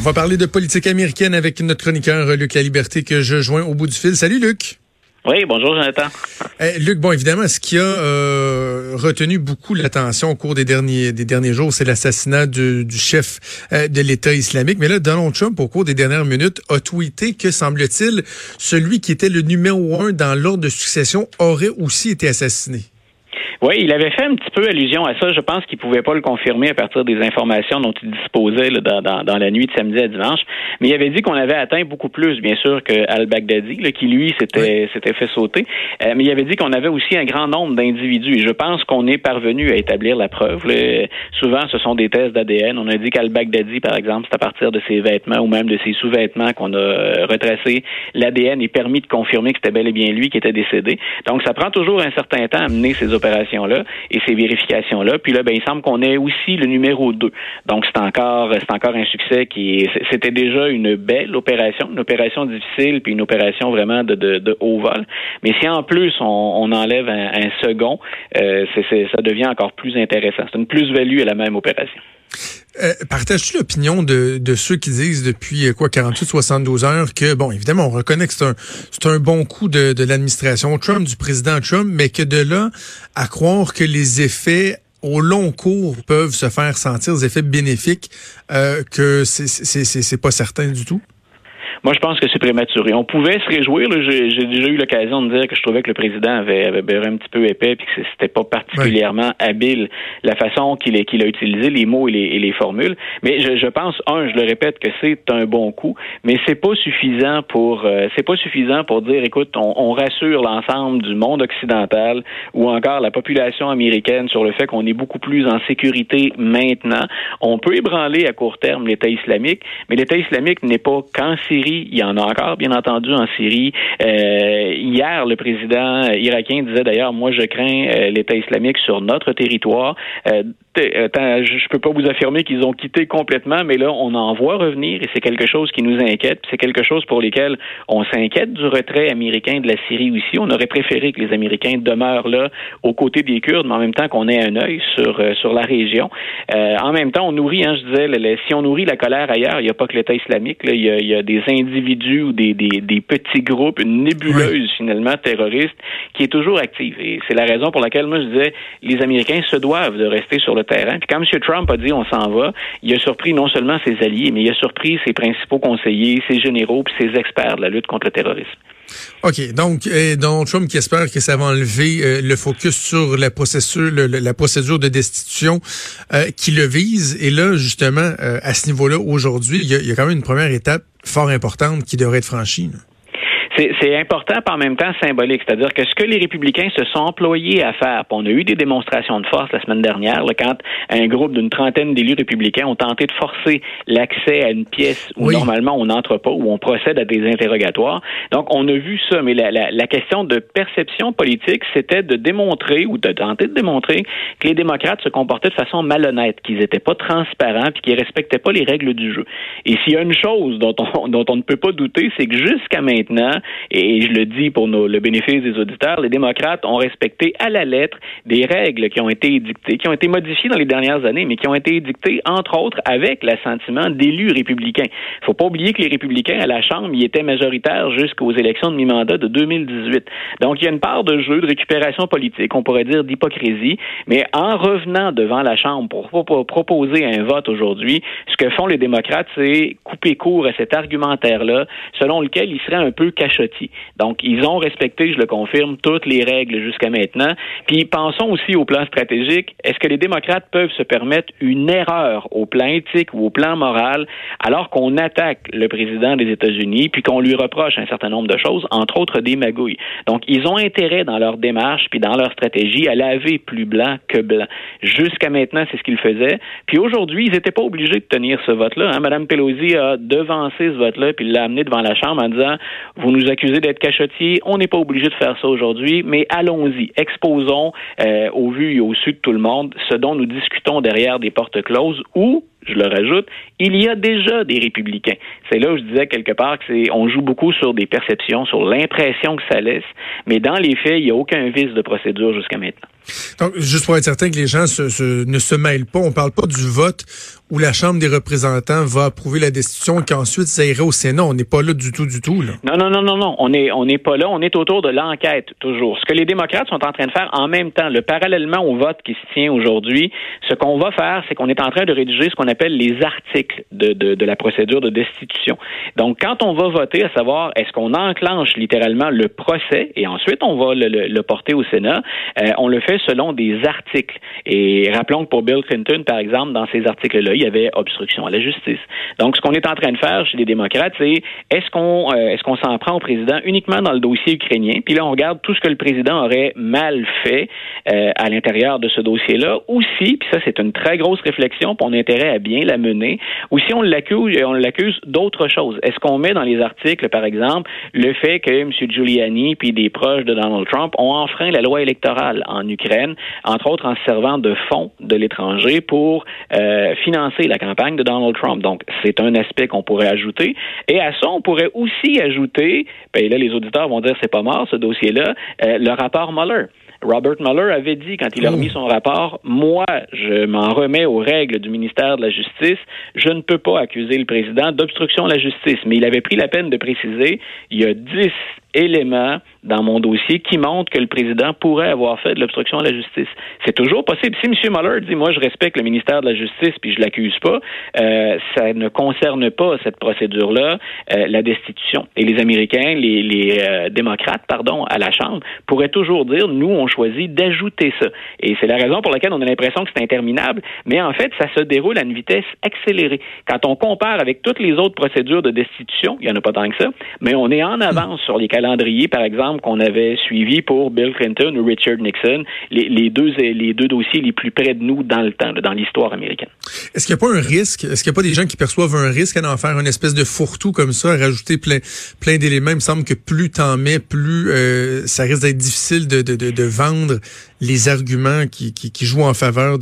On va parler de politique américaine avec notre chroniqueur Luc Laliberté que je joins au bout du fil. Salut Luc. Oui, bonjour Jonathan. Luc, bon, évidemment, ce qui a retenu beaucoup l'attention au cours des derniers jours, c'est l'assassinat du chef de l'État islamique. Mais là, Donald Trump, au cours des dernières minutes, a tweeté que, semble-t-il, celui qui était le numéro 1 dans l'ordre de succession aurait aussi été assassiné. Oui, il avait fait un petit peu allusion à ça. Je pense qu'il pouvait pas le confirmer à partir des informations dont il disposait là, dans la nuit de samedi à dimanche. Mais il avait dit qu'on avait atteint beaucoup plus, bien sûr, que Al-Baghdadi, là, qui lui s'était fait sauter. Mais il avait dit qu'on avait aussi un grand nombre d'individus. Et je pense qu'on est parvenu à établir la preuve. Là. Souvent, ce sont des tests d'ADN. On a dit qu'Al-Baghdadi, par exemple, c'est à partir de ses vêtements ou même de ses sous-vêtements qu'on a retracé. L'ADN est permis de confirmer que c'était bel et bien lui qui était décédé. Donc, ça prend toujours un certain temps à mener ces opérations là et ces vérifications-là. Puis là, il semble qu'on ait aussi le numéro 2. Donc, c'est encore un succès c'était déjà une belle opération, une opération difficile, puis une opération vraiment de haut vol. Mais si en plus, on enlève un second, ça devient encore plus intéressant. C'est une plus-value à la même opération. Partages-tu l'opinion de ceux qui disent depuis 48-72 heures que, bon, évidemment, on reconnaît que c'est un bon coup de l'administration Trump, du président Trump, mais que de là à croire que les effets au long cours peuvent se faire sentir, les effets bénéfiques, que c'est pas certain du tout? Moi, je pense que c'est prématuré. On pouvait se réjouir. Là. J'ai déjà eu l'occasion de dire que je trouvais que le président avait beurré un petit peu épais puis que c'était pas particulièrement habile la façon qu'il a utilisé les mots et les formules. Mais je pense, je le répète, que c'est un bon coup, mais c'est pas suffisant pour dire, écoute, on rassure l'ensemble du monde occidental ou encore la population américaine sur le fait qu'on est beaucoup plus en sécurité maintenant. On peut ébranler à court terme l'État islamique, mais l'État islamique n'est pas qu'en Syrie. Il y en a encore, bien entendu, en Syrie. Hier, le président irakien disait d'ailleurs, moi, je crains l'État islamique sur notre territoire. Je peux pas vous affirmer qu'ils ont quitté complètement, mais là, on en voit revenir et c'est quelque chose qui nous inquiète. C'est quelque chose pour lequel on s'inquiète du retrait américain de la Syrie aussi. On aurait préféré que les Américains demeurent là aux côtés des Kurdes, mais en même temps qu'on ait un œil sur la région. En même temps, on nourrit, je disais, si on nourrit la colère ailleurs, il n'y a pas que l'État islamique. Là, il y a des individus ou des petits groupes, une nébuleuse finalement terroriste qui est toujours active. Et c'est la raison pour laquelle moi je disais, les Américains se doivent de rester sur le terrain. Puis quand M. Trump a dit on s'en va, il a surpris non seulement ses alliés, mais il a surpris ses principaux conseillers, ses généraux puis ses experts de la lutte contre le terrorisme. OK. Donc, Donald Trump qui espère que ça va enlever le focus sur la procédure de destitution qui le vise. Et là, justement, à ce niveau-là, aujourd'hui, il y a quand même une première étape fort importante qui devrait être franchie, là. C'est important, mais en même temps symbolique. C'est-à-dire que ce que les républicains se sont employés à faire, on a eu des démonstrations de force la semaine dernière, là, quand un groupe d'une trentaine d'élus républicains ont tenté de forcer l'accès à une pièce où normalement on n'entre pas, où on procède à des interrogatoires. Donc, on a vu ça. Mais la question de perception politique, c'était de démontrer ou de tenter de démontrer que les démocrates se comportaient de façon malhonnête, qu'ils n'étaient pas transparents puis qu'ils respectaient pas les règles du jeu. Et s'il y a une chose dont on ne peut pas douter, c'est que jusqu'à maintenant, et je le dis pour le bénéfice des auditeurs, les démocrates ont respecté à la lettre des règles qui ont été édictées, qui ont été modifiées dans les dernières années, mais qui ont été édictées, entre autres, avec l'assentiment d'élus républicains. Il ne faut pas oublier que les républicains à la Chambre y étaient majoritaires jusqu'aux élections de mi-mandat de 2018. Donc, il y a une part de jeu, de récupération politique, on pourrait dire d'hypocrisie, mais en revenant devant la Chambre pour proposer un vote aujourd'hui, ce que font les démocrates, c'est couper court à cet argumentaire-là, selon lequel il serait un peu cachotier. Donc, ils ont respecté, je le confirme, toutes les règles jusqu'à maintenant. Puis, pensons aussi au plan stratégique. Est-ce que les démocrates peuvent se permettre une erreur au plan éthique ou au plan moral alors qu'on attaque le président des États-Unis puis qu'on lui reproche un certain nombre de choses, entre autres des magouilles? Donc, ils ont intérêt dans leur démarche puis dans leur stratégie à laver plus blanc que blanc. Jusqu'à maintenant, c'est ce qu'ils faisaient. Puis aujourd'hui, ils n'étaient pas obligés de tenir ce vote-là. Mme Pelosi a devancé ce vote-là puis l'a amené devant la Chambre en disant « Vous nous accusé d'être cachotier, on n'est pas obligé de faire ça aujourd'hui, mais allons-y, exposons au vu et au su de tout le monde ce dont nous discutons derrière des portes closes ou, je le rajoute, il y a déjà des républicains. C'est là où je disais quelque part que on joue beaucoup sur des perceptions, sur l'impression que ça laisse, mais dans les faits, il n'y a aucun vice de procédure jusqu'à maintenant. Donc, juste pour être certain que les gens ne se mêlent pas, on parle pas du vote où la Chambre des représentants va approuver la destitution et qu'ensuite ça irait au Sénat. On n'est pas là du tout, là. Non. On n'est pas là. On est autour de l'enquête, toujours. Ce que les démocrates sont en train de faire en même temps, parallèlement au vote qui se tient aujourd'hui, ce qu'on va faire, c'est qu'on est en train de rédiger ce qu'on appelle les articles de la procédure de destitution. Donc, quand on va voter, à savoir, est-ce qu'on enclenche littéralement le procès et ensuite on va le porter au Sénat, on le fait selon des articles. Et rappelons que pour Bill Clinton, par exemple, dans ces articles-là, il y avait obstruction à la justice. Donc, ce qu'on est en train de faire chez les démocrates, c'est est-ce qu'on s'en prend au président uniquement dans le dossier ukrainien, puis là, on regarde tout ce que le président aurait mal fait à l'intérieur de ce dossier-là, ou si, puis ça, c'est une très grosse réflexion, puis on a intérêt à bien la mener, ou si on l'accuse d'autre chose. Est-ce qu'on met dans les articles, par exemple, le fait que M. Giuliani puis des proches de Donald Trump ont enfreint la loi électorale en Ukraine, entre autres en se servant de fonds de l'étranger pour financer la campagne de Donald Trump. Donc, c'est un aspect qu'on pourrait ajouter. Et à ça, on pourrait aussi ajouter, ben là, les auditeurs vont dire c'est pas mort, ce dossier-là, le rapport Mueller. Robert Mueller avait dit, quand il a remis son rapport, moi, je m'en remets aux règles du ministère de la Justice, je ne peux pas accuser le président d'obstruction à la justice. Mais il avait pris la peine de préciser, il y a 10 éléments dans mon dossier qui montrent que le président pourrait avoir fait de l'obstruction à la justice. C'est toujours possible. Si M. Mueller dit, moi, je respecte le ministère de la Justice puis je l'accuse pas, ça ne concerne pas cette procédure-là, la destitution. Et les Américains, les démocrates, à la Chambre, pourraient toujours dire, nous, on choisit d'ajouter ça. Et c'est la raison pour laquelle on a l'impression que c'est interminable, mais en fait, ça se déroule à une vitesse accélérée. Quand on compare avec toutes les autres procédures de destitution, il n'y en a pas tant que ça, mais on est en avance sur les calendriers, par exemple, qu'on avait suivis pour Bill Clinton ou Richard Nixon, les deux dossiers les plus près de nous dans le temps, dans l'histoire américaine. Est-ce qu'il n'y a pas un risque? Est-ce qu'il n'y a pas des gens qui perçoivent un risque à en faire une espèce de fourre-tout comme ça, à rajouter plein d'éléments? Il me semble que plus t'en mets, plus ça risque d'être difficile de vendre les arguments qui jouent en faveur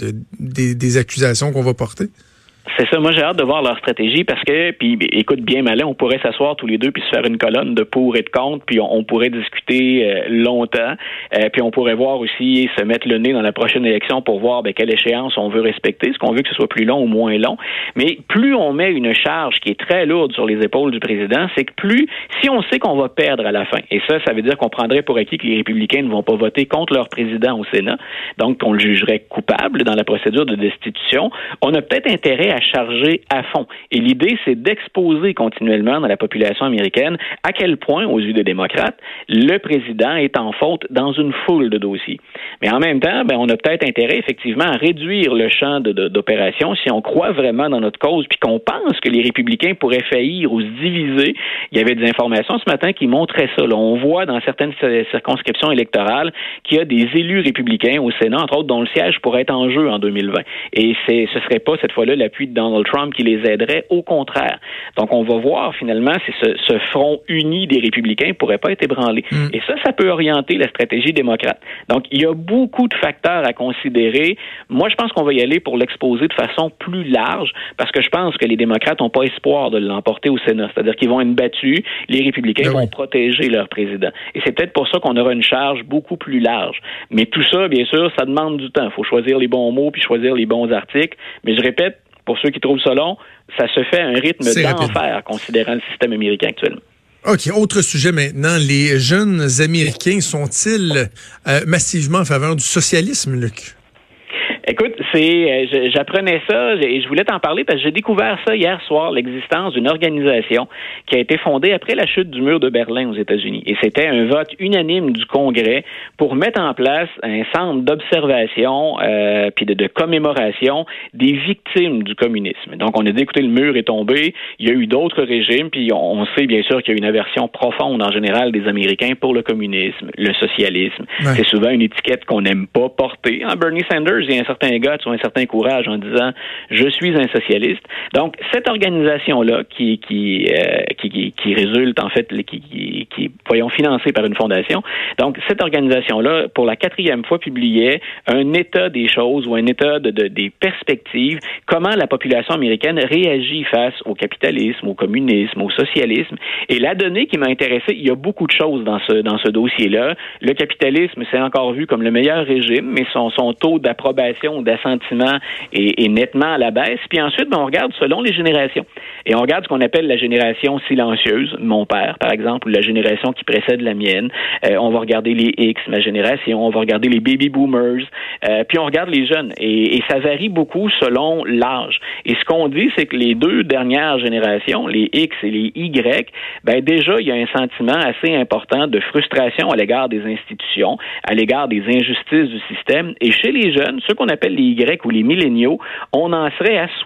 des accusations qu'on va porter. C'est ça, moi j'ai hâte de voir leur stratégie parce que, puis écoute bien malin, on pourrait s'asseoir tous les deux puis se faire une colonne de pour et de contre, puis on pourrait discuter longtemps, puis on pourrait voir aussi se mettre le nez dans la prochaine élection pour voir quelle échéance on veut respecter, est-ce qu'on veut que ce soit plus long ou moins long, mais plus on met une charge qui est très lourde sur les épaules du président, c'est que plus, si on sait qu'on va perdre à la fin, et ça veut dire qu'on prendrait pour acquis que les républicains ne vont pas voter contre leur président au Sénat, donc qu'on le jugerait coupable dans la procédure de destitution, on a peut-être intérêt à charger à fond. Et l'idée, c'est d'exposer continuellement dans la population américaine à quel point, aux yeux des démocrates, le président est en faute dans une foule de dossiers. Mais en même temps, on a peut-être intérêt, effectivement, à réduire le champ d'opération si on croit vraiment dans notre cause puis qu'on pense que les républicains pourraient faillir ou se diviser. Il y avait des informations ce matin qui montraient ça. Là, on voit dans certaines circonscriptions électorales qu'il y a des élus républicains au Sénat, entre autres, dont le siège pourrait être en jeu en 2020. Et ce serait pas, cette fois-là, l'appui de Donald Trump qui les aiderait, au contraire. Donc, on va voir finalement si ce front uni des républicains pourrait pas être ébranlé. Et ça peut orienter la stratégie démocrate. Donc, il y a beaucoup de facteurs à considérer. Moi, je pense qu'on va y aller pour l'exposer de façon plus large parce que je pense que les démocrates n'ont pas espoir de l'emporter au Sénat. C'est-à-dire qu'ils vont être battus, les républicains vont protéger leur président. Et c'est peut-être pour ça qu'on aura une charge beaucoup plus large. Mais tout ça, bien sûr, ça demande du temps. Il faut choisir les bons mots puis choisir les bons articles. Mais je répète, pour ceux qui trouvent ça long, ça se fait à un rythme d'enfer, considérant le système américain actuellement. OK, autre sujet maintenant. Les jeunes Américains sont-ils massivement en faveur du socialisme, Luc? Écoute, j'apprenais ça et je voulais t'en parler parce que j'ai découvert ça hier soir, l'existence d'une organisation qui a été fondée après la chute du mur de Berlin aux États-Unis. Et c'était un vote unanime du Congrès pour mettre en place un centre d'observation puis de commémoration des victimes du communisme. Donc, on a dit, écoutez, le mur est tombé, il y a eu d'autres régimes, puis on sait bien sûr qu'il y a une aversion profonde en général des Américains pour le communisme, le socialisme. Ouais. C'est souvent une étiquette qu'on n'aime pas porter. Bernie Sanders, il y a un certain gars qui ont un certain courage en disant je suis un socialiste. Donc cette organisation-là qui résulte en fait qui voyons financée par une fondation. Donc cette organisation-là pour la 4e fois publiait un état des choses ou un état des perspectives, comment la population américaine réagit face au capitalisme, au communisme, au socialisme. Et la donnée qui m'a intéressé, il y a beaucoup de choses dans ce dossier-là. Le capitalisme, c'est encore vu comme le meilleur régime, mais son taux d'approbation d'approbation ou d'assentiment est nettement à la baisse. Puis ensuite, on regarde selon les générations. Et on regarde ce qu'on appelle la génération silencieuse, mon père, par exemple, ou la génération qui précède la mienne. On va regarder les X, ma génération. On va regarder les baby boomers. Puis on regarde les jeunes. Et ça varie beaucoup selon l'âge. Et ce qu'on dit, c'est que les deux dernières générations, les X et les Y, ben déjà, il y a un sentiment assez important de frustration à l'égard des institutions, à l'égard des injustices du système. Et chez les jeunes, ceux qu'on appelle les Y ou les milléniaux, on en serait à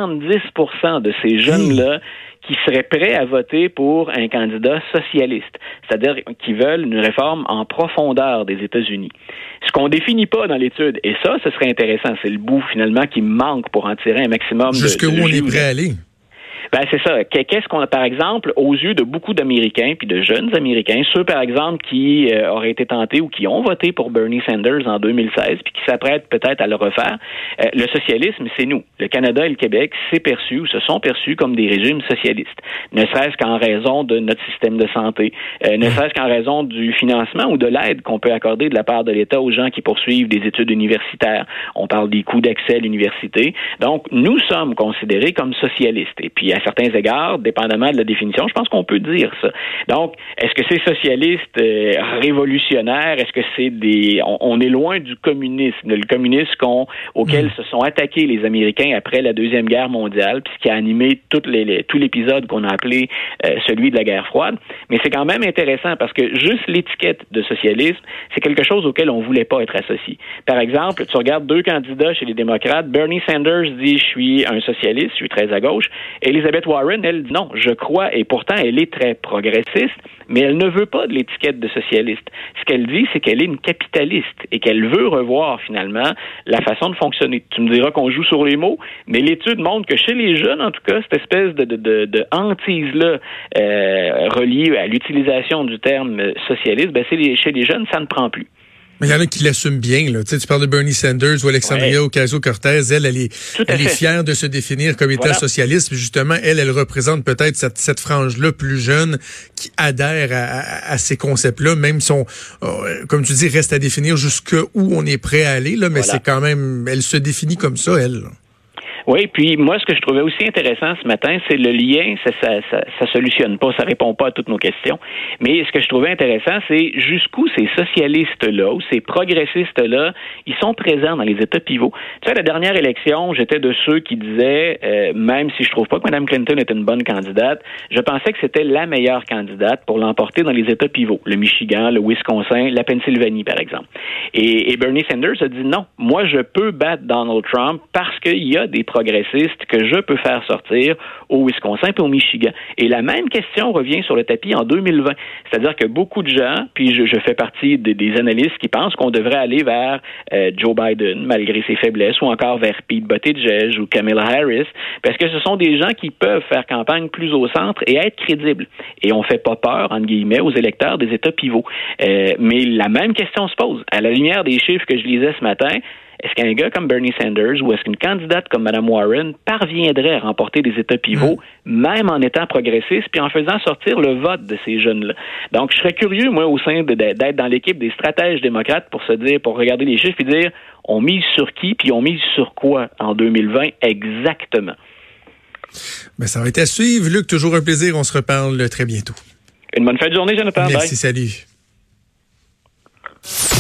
70% de ces jeunes-là qui seraient prêts à voter pour un candidat socialiste, c'est-à-dire qui veulent une réforme en profondeur des États-Unis. Ce qu'on définit pas dans l'étude, et ça, ce serait intéressant, c'est le bout finalement qui manque pour en tirer un maximum de jusqu'où on est prêt à aller. Ben, c'est ça. Qu'est-ce qu'on a, par exemple, aux yeux de beaucoup d'Américains, puis de jeunes Américains, ceux, par exemple, qui auraient été tentés ou qui ont voté pour Bernie Sanders en 2016, puis qui s'apprêtent peut-être à le refaire, le socialisme, c'est nous. Le Canada et le Québec s'est perçu ou se sont perçus comme des régimes socialistes. Ne serait-ce qu'en raison de notre système de santé, ne serait-ce qu'en raison du financement ou de l'aide qu'on peut accorder de la part de l'État aux gens qui poursuivent des études universitaires. On parle des coûts d'accès à l'université. Donc, nous sommes considérés comme socialistes. Et puis, à certains égards, dépendamment de la définition, je pense qu'on peut dire ça. Donc, est-ce que c'est socialiste révolutionnaire? Est-ce que c'est on est loin du communisme, le communisme auquel se sont attaqués les Américains après la Deuxième Guerre mondiale, puis ce qui a animé tout l'épisode qu'on a appelé celui de la guerre froide. Mais c'est quand même intéressant parce que juste l'étiquette de socialisme, c'est quelque chose auquel on voulait pas être associé. Par exemple, tu regardes deux candidats chez les démocrates, Bernie Sanders dit « je suis un socialiste, je suis très à gauche », et Elizabeth Warren, elle dit non, je crois, et pourtant elle est très progressiste, mais elle ne veut pas de l'étiquette de socialiste. Ce qu'elle dit, c'est qu'elle est une capitaliste et qu'elle veut revoir finalement la façon de fonctionner. Tu me diras qu'on joue sur les mots, mais l'étude montre que chez les jeunes, en tout cas, cette espèce de hantise-là reliée à l'utilisation du terme socialiste, ben chez les jeunes, ça ne prend plus. Mais il y en a qui l'assument bien, là. Tu sais, tu parles de Bernie Sanders ou Alexandria Ocasio-Cortez. Elle est fière de se définir comme État socialiste. Puis justement, elle représente peut-être cette frange-là plus jeune qui adhère à ces concepts-là, même si comme tu dis, reste à définir jusqu'où on est prêt à aller, là. Mais c'est quand même, elle se définit comme ça, elle. Oui, puis moi, ce que je trouvais aussi intéressant ce matin, c'est le lien, ça solutionne pas, ça répond pas à toutes nos questions. Mais ce que je trouvais intéressant, c'est jusqu'où ces socialistes-là ou ces progressistes-là, ils sont présents dans les États pivots. Tu sais, à la dernière élection, j'étais de ceux qui disaient, même si je trouve pas que Mme Clinton est une bonne candidate, je pensais que c'était la meilleure candidate pour l'emporter dans les États pivots, le Michigan, le Wisconsin, la Pennsylvanie, par exemple. Et Bernie Sanders a dit non, moi je peux battre Donald Trump parce qu'il y a des progressistes que je peux faire sortir au Wisconsin et au Michigan. Et la même question revient sur le tapis en 2020. C'est-à-dire que beaucoup de gens, puis je fais partie des analystes qui pensent qu'on devrait aller vers Joe Biden, malgré ses faiblesses, ou encore vers Pete Buttigieg ou Kamala Harris, parce que ce sont des gens qui peuvent faire campagne plus au centre et être crédibles. Et on fait pas peur, entre guillemets, aux électeurs des États pivots. Mais la même question se pose. À la lumière des chiffres que je lisais ce matin, est-ce qu'un gars comme Bernie Sanders ou est-ce qu'une candidate comme Mme Warren parviendrait à remporter des États pivots, même en étant progressiste, puis en faisant sortir le vote de ces jeunes-là? Donc, je serais curieux, moi, au sein d'être dans l'équipe des stratèges démocrates pour regarder les chiffres et dire, on mise sur qui, puis on mise sur quoi en 2020 exactement? Ben, ça va être à suivre. Luc, toujours un plaisir. On se reparle très bientôt. Une bonne fin de journée, Jonathan. Merci, salut.